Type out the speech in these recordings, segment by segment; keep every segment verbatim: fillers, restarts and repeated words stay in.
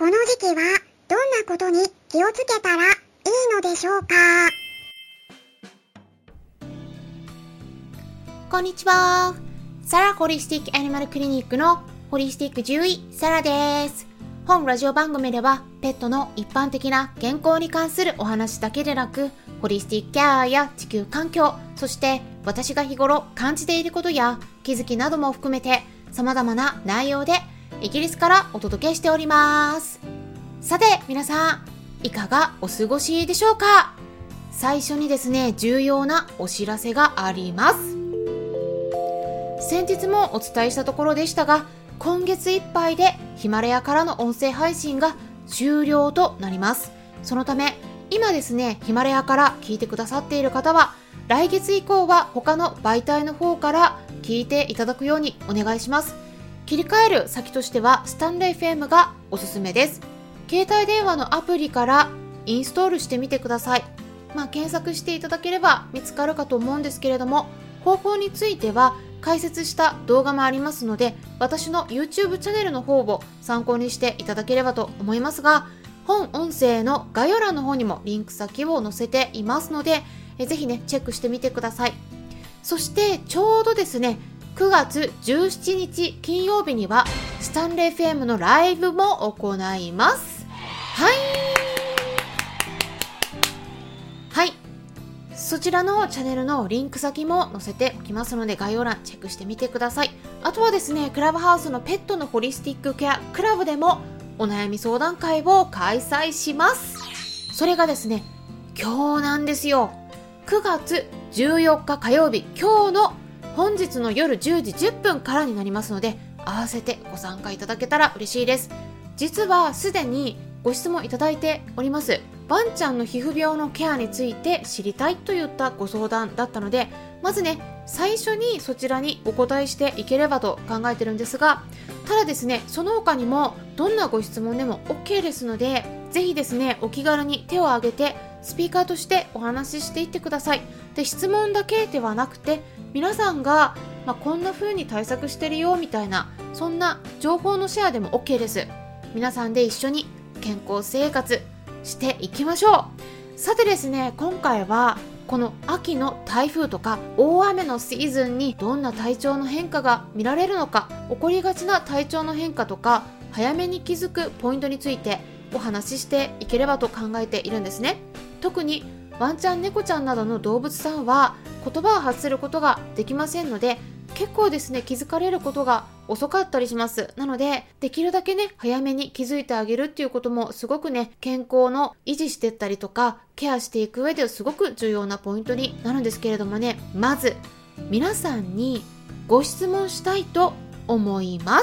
この時期はどんなことに気をつけたらいいのでしょうか。 こんにちは。サラホリスティックアニマルクリニックのホリスティック獣医サラです。本ラジオ番組ではペットの一般的な健康に関するお話だけでなく、ホリスティックケアや地球環境、そして私が日頃感じていることや気づきなども含めて様々な内容でイギリスからお届けしております。さて皆さん、いかがお過ごしでしょうか。最初にですね、重要なお知らせがあります。先日もお伝えしたところでしたが、今月いっぱいでヒマラヤからの音声配信が終了となります。そのため今ですね、ヒマラヤから聞いてくださっている方は来月以降は他の媒体の方から聞いていただくようにお願いします。切り替える先としてはスタンレー エフエム がおすすめです。携帯電話のアプリからインストールしてみてください。まあ、検索していただければ見つかるかと思うんですけれども、方法については解説した動画もありますので、私の YouTube チャンネルの方を参考にしていただければと思いますが、本音声の概要欄の方にもリンク先を載せていますので、えぜひねチェックしてみてください。そしてちょうどですね、くがつじゅうしちにち金曜日にはスタンレー エフエム のライブも行います。はいはい、そちらのチャンネルのリンク先も載せておきますので、概要欄チェックしてみてください。あとはですね、クラブハウスのペットのホリスティックケアクラブでもお悩み相談会を開催します。それがですね、今日なんですよ。くがつじゅうよっか火曜日、今日の本日の夜じゅうじじゅっぷんからになりますので、合わせてご参加いただけたら嬉しいです。実はすでにご質問いただいております。ワンちゃんの皮膚病のケアについて知りたいといったご相談だったので、まずね、最初にそちらにお答えしていければと考えてるんですが、ただですね、その他にもどんなご質問でも OK ですので、ぜひですね、お気軽に手を挙げてスピーカーとしてお話ししていってください。で、質問だけではなくて、皆さんが、まあ、こんな風に対策してるよみたいな、そんな情報のシェアでも OK です。皆さんで一緒に健康生活していきましょう。さてですね、今回はこの秋の台風とか大雨のシーズンにどんな体調の変化が見られるのか、起こりがちな体調の変化とか早めに気づくポイントについてお話ししていければと考えているんですね。特にワンちゃん、猫ちゃんなどの動物さんは言葉を発することができませんので、結構ですね、気づかれることが遅かったりします。なので、できるだけね、早めに気づいてあげるっていうこともすごくね、健康の維持していったりとかケアしていく上ですごく重要なポイントになるんですけれどもね、まず皆さんにご質問したいと思います。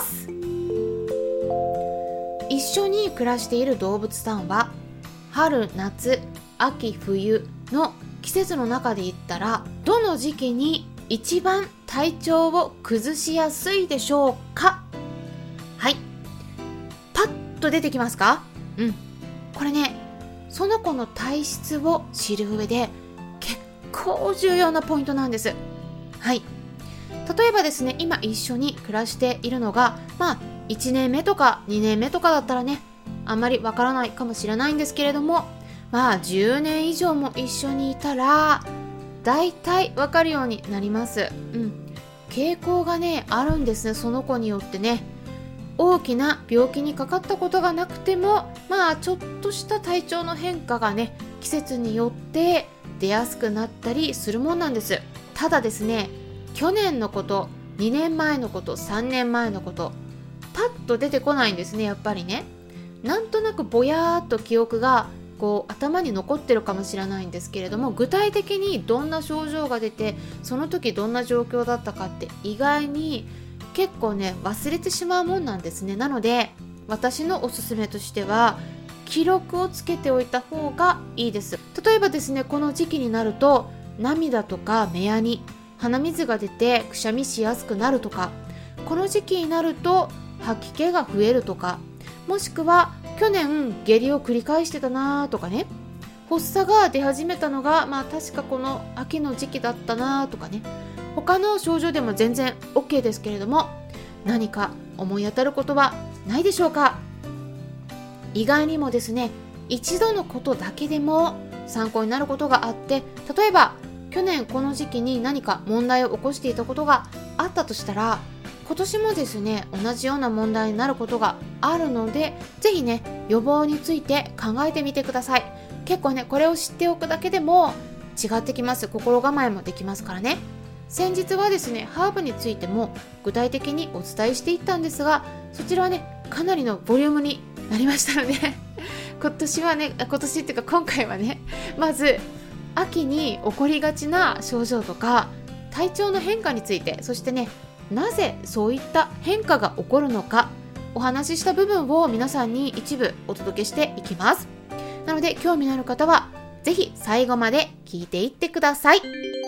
一緒に暮らしている動物さんは春、夏、秋、冬の季節の中で言ったらどの時期に一番体調を崩しやすいでしょうか。はい、パッと出てきますか。うん、これね、その子の体質を知る上で結構重要なポイントなんです。はい、例えばですね、今一緒に暮らしているのがまあいちねんめとかにねんめとかだったらね、あんまりわからないかもしれないんですけれども、まあじゅうねん以上も一緒にいたらだいたいわかるようになります。うん、傾向がねあるんですね、その子によってね。大きな病気にかかったことがなくても、まあちょっとした体調の変化がね、季節によって出やすくなったりするもんなんです。ただですね、去年のこと、にねんまえのこと、さんねんまえのこと、パッと出てこないんですね、やっぱりね。なんとなくぼやーっと記憶がこう頭に残ってるかもしれないんですけれども、具体的にどんな症状が出てその時どんな状況だったかって意外に結構ね忘れてしまうもんなんですね。なので私のおすすめとしては記録をつけておいた方がいいです。例えばですね、この時期になると涙とか目やに、鼻水が出てくしゃみしやすくなるとか、この時期になると吐き気が増えるとか、もしくは去年下痢を繰り返してたなとかね、発作が出始めたのがまあ確かこの秋の時期だったなとかね、他の症状でも全然 OK ですけれども、何か思い当たることはないでしょうか。 意外にもですね、一度のことだけでも参考になることがあって、例えば去年この時期に何か問題を起こしていたことがあったとしたら、今年もですね同じような問題になることがあるので、ぜひね予防について考えてみてください。結構ねこれを知っておくだけでも違ってきます。心構えもできますからね。先日はですねハーブについても具体的にお伝えしていったんですが、そちらはねかなりのボリュームになりましたので今年はね今年っていうか今回はね、まず秋に起こりがちな症状とか体調の変化について、そしてねなぜそういった変化が起こるのかお話しした部分を皆さんに一部お届けしていきます。なので興味のある方はぜひ最後まで聞いていってください。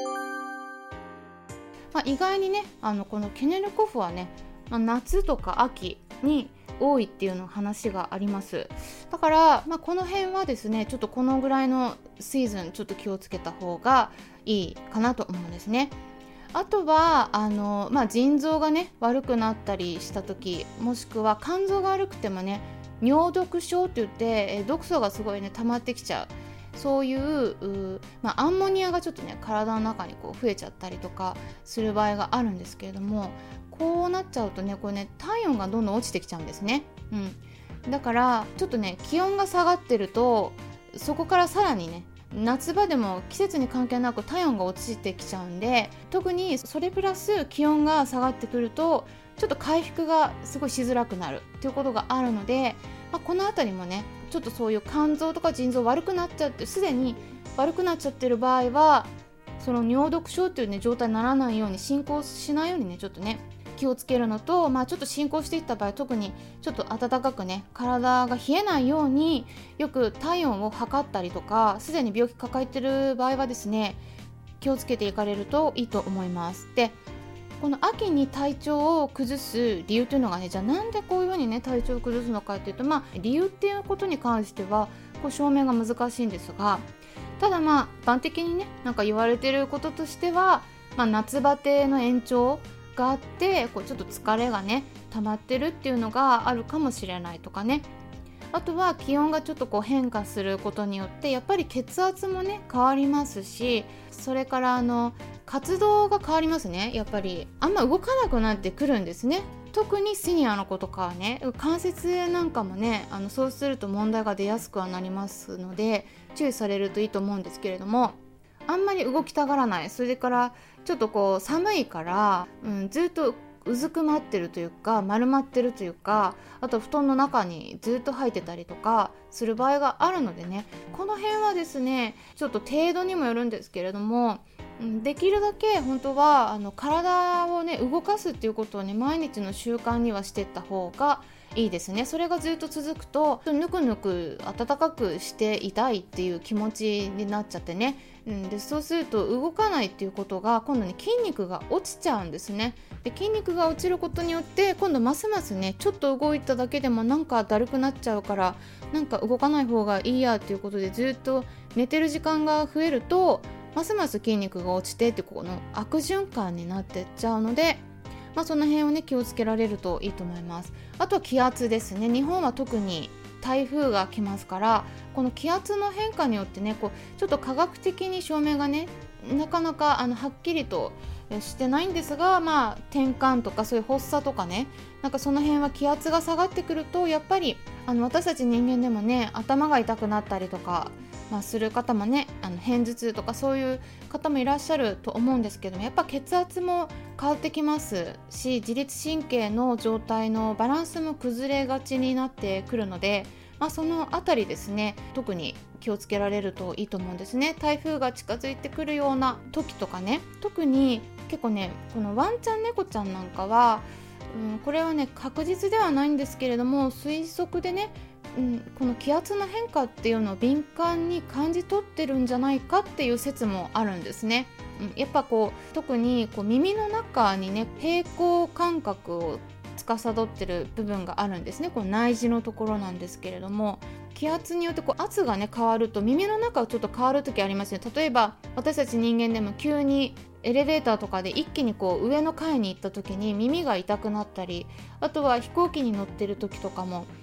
まあ、意外にねあのこのケネルコフはね、まあ、夏とか秋に多いっていうの話があります。だから、まあ、この辺はですねちょっとこのぐらいのシーズンちょっと気をつけた方がいいかなと思うんですね。あとはあの、まあ、腎臓がね悪くなったりした時、もしくは肝臓が悪くてもね尿毒症って言ってえ毒素がすごいね溜まってきちゃう、そういう、う、まあ、アンモニアがちょっとね体の中にこう増えちゃったりとかする場合があるんですけれども、こうなっちゃうとねこれね体温がどんどん落ちてきちゃうんですね、うん、だからちょっとね気温が下がってるとそこからさらにね夏場でも季節に関係なく体温が落ちてきちゃうんで、特にそれプラス気温が下がってくるとちょっと回復がすごいしづらくなるっていうことがあるので、まあ、このあたりもねちょっとそういう肝臓とか腎臓悪くなっちゃってすでに悪くなっちゃってる場合はその尿毒症っていうね状態にならないように、進行しないようにねちょっとね気をつけるのと、まあ、ちょっと進行していった場合特にちょっと暖かくね体が冷えないようによく体温を測ったりとか、すでに病気抱えてる場合はですね気をつけていかれるといいと思います。でこの秋に体調を崩す理由というのがね、じゃあなんでこういうふうにね体調を崩すのかっていうと、まあ理由っていうことに関してはこう証明が難しいんですが、ただまあ一般的にねなんか言われてることとしては、まあ、夏バテの延長があってこうちょっと疲れがね溜まってるっていうのがあるかもしれないとかね、あとは気温がちょっとこう変化することによってやっぱり血圧もね変わりますし、それからあの活動が変わりますね。やっぱりあんま動かなくなってくるんですね。特にシニアの子とかはね関節なんかもねあのそうすると問題が出やすくはなりますので注意されるといいと思うんですけれども、あんまり動きたがらない、それからちょっとこう寒いから、うん、ずっとうずくまってるというか丸まってるというか、あと布団の中にずっと入ってたりとかする場合があるのでね、この辺はですねちょっと程度にもよるんですけれども、できるだけ本当はあの体をね動かすっていうことをね毎日の習慣にはしていった方がいいですね。それがずっと続くとぬくぬく暖かくしていたいっていう気持ちになっちゃってね、うん、でそうすると動かないっていうことが今度ね筋肉が落ちちゃうんですね。で筋肉が落ちることによって今度ますますねちょっと動いただけでもなんかだるくなっちゃうからなんか動かない方がいいやっていうことでずっと寝てる時間が増えるとますます筋肉が落ちてってこの悪循環になってっちゃうので、まあ、その辺をね気をつけられるといいと思います。あとは気圧ですね。日本は特に台風が来ますから、この気圧の変化によってねこうちょっと科学的に証明がねなかなかあのはっきりとしてないんですが、まあ転換とかそういう発作とかね、なんかその辺は気圧が下がってくるとやっぱりあの私たち人間でもね頭が痛くなったりとか、まあ、する方もねあの片頭痛とかそういう方もいらっしゃると思うんですけども、やっぱ血圧も変わってきますし自律神経の状態のバランスも崩れがちになってくるので、まあ、そのあたりですね特に気をつけられるといいと思うんですね。台風が近づいてくるような時とかね、特に結構ねこのワンちゃん猫ちゃんなんかは、うん、これはね確実ではないんですけれども推測でね、うん、この気圧の変化っていうのを敏感に感じ取ってるんじゃないかっていう説もあるんですね。うん、やっぱこう特にこう耳の中にね平衡感覚を司ってる部分があるんですね。この内耳のところなんですけれども、気圧によってこう圧がね変わると耳の中がちょっと変わる時ありますよ。例えば私たち人間でも急にエレベーターとかで一気にこう上の階に行った時に耳が痛くなったり、あとは飛行機に乗ってる時とかも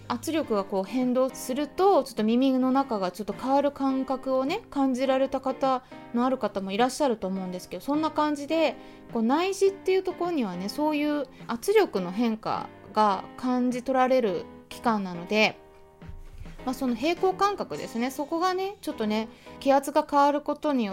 圧力がこう変動するとちょっと耳の中がちょっと変わる感覚をね感じられた方のある方もいらっしゃると思うんですけど、そんな感じでこう内耳っていうところにはねそういう圧力の変化が感じ取られる器官なので、まあ、その平衡感覚ですね、そこがねちょっとね気圧が変わることによって、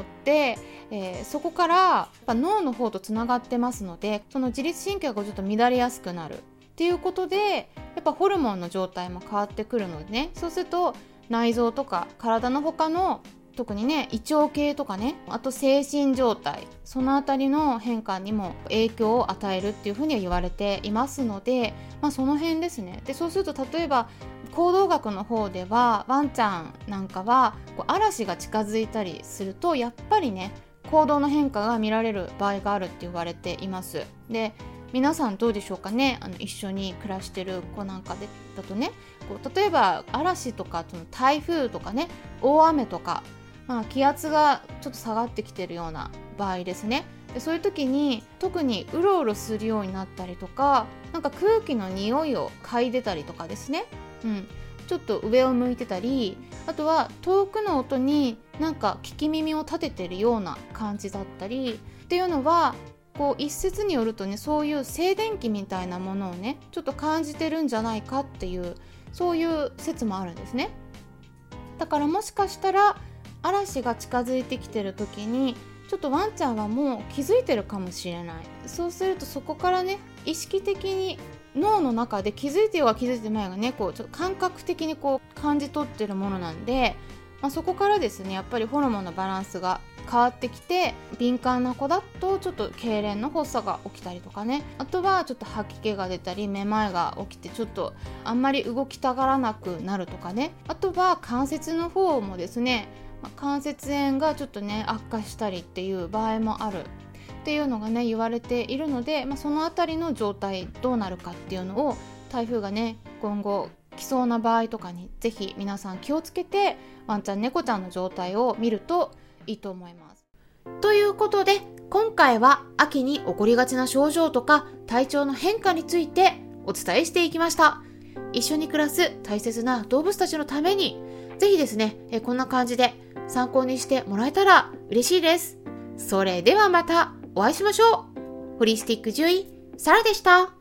えー、そこからやっぱ脳の方とつながってますので、その自律神経がちょっと乱れやすくなるっていうことで、やっぱホルモンの状態も変わってくるのでね、そうすると内臓とか体の他の特にね胃腸系とかね、あと精神状態、そのあたりの変化にも影響を与えるっていうふうには言われていますので、まあ、その辺ですね。でそうすると例えば行動学の方ではワンちゃんなんかはこう嵐が近づいたりするとやっぱりね行動の変化が見られる場合があるって言われています。で皆さんどうでしょうかね、あの一緒に暮らしてる子なんかでだとね、こう例えば嵐とかその台風とかね大雨とか、まあ、気圧がちょっと下がってきてるような場合ですね。でそういう時に特にうろうろするようになったりとか、なんか空気の匂いを嗅いでたりとかですね、うん、ちょっと上を向いてたり、あとは遠くの音になんか聞き耳を立ててるような感じだったりっていうのは、こう一説によるとねそういう静電気みたいなものをねちょっと感じてるんじゃないかっていうそういう説もあるんですね。だからもしかしたら嵐が近づいてきてる時にちょっとワンちゃんはもう気づいてるかもしれない。そうするとそこからね意識的に脳の中で気づいてようが気づいてないがねこうちょっと感覚的にこう感じ取ってるものなんで、まあ、そこからですねやっぱりホルモンのバランスが変わってきて、敏感な子だとちょっと痙攣の発作が起きたりとかね、あとはちょっと吐き気が出たりめまいが起きてちょっとあんまり動きたがらなくなるとかね、あとは関節の方もですね、まあ、関節炎がちょっとね悪化したりっていう場合もあるっていうのがね言われているので、まあ、そのあたりの状態どうなるかっていうのを台風がね今後来そうな場合とかにぜひ皆さん気をつけてワンちゃん猫ちゃんの状態を見るといいと思います。ということで今回は秋に起こりがちな症状とか体調の変化についてお伝えしていきました。一緒に暮らす大切な動物たちのためにぜひですねえこんな感じで参考にしてもらえたら嬉しいです。それではまたお会いしましょう。ホリスティック獣医サラでした。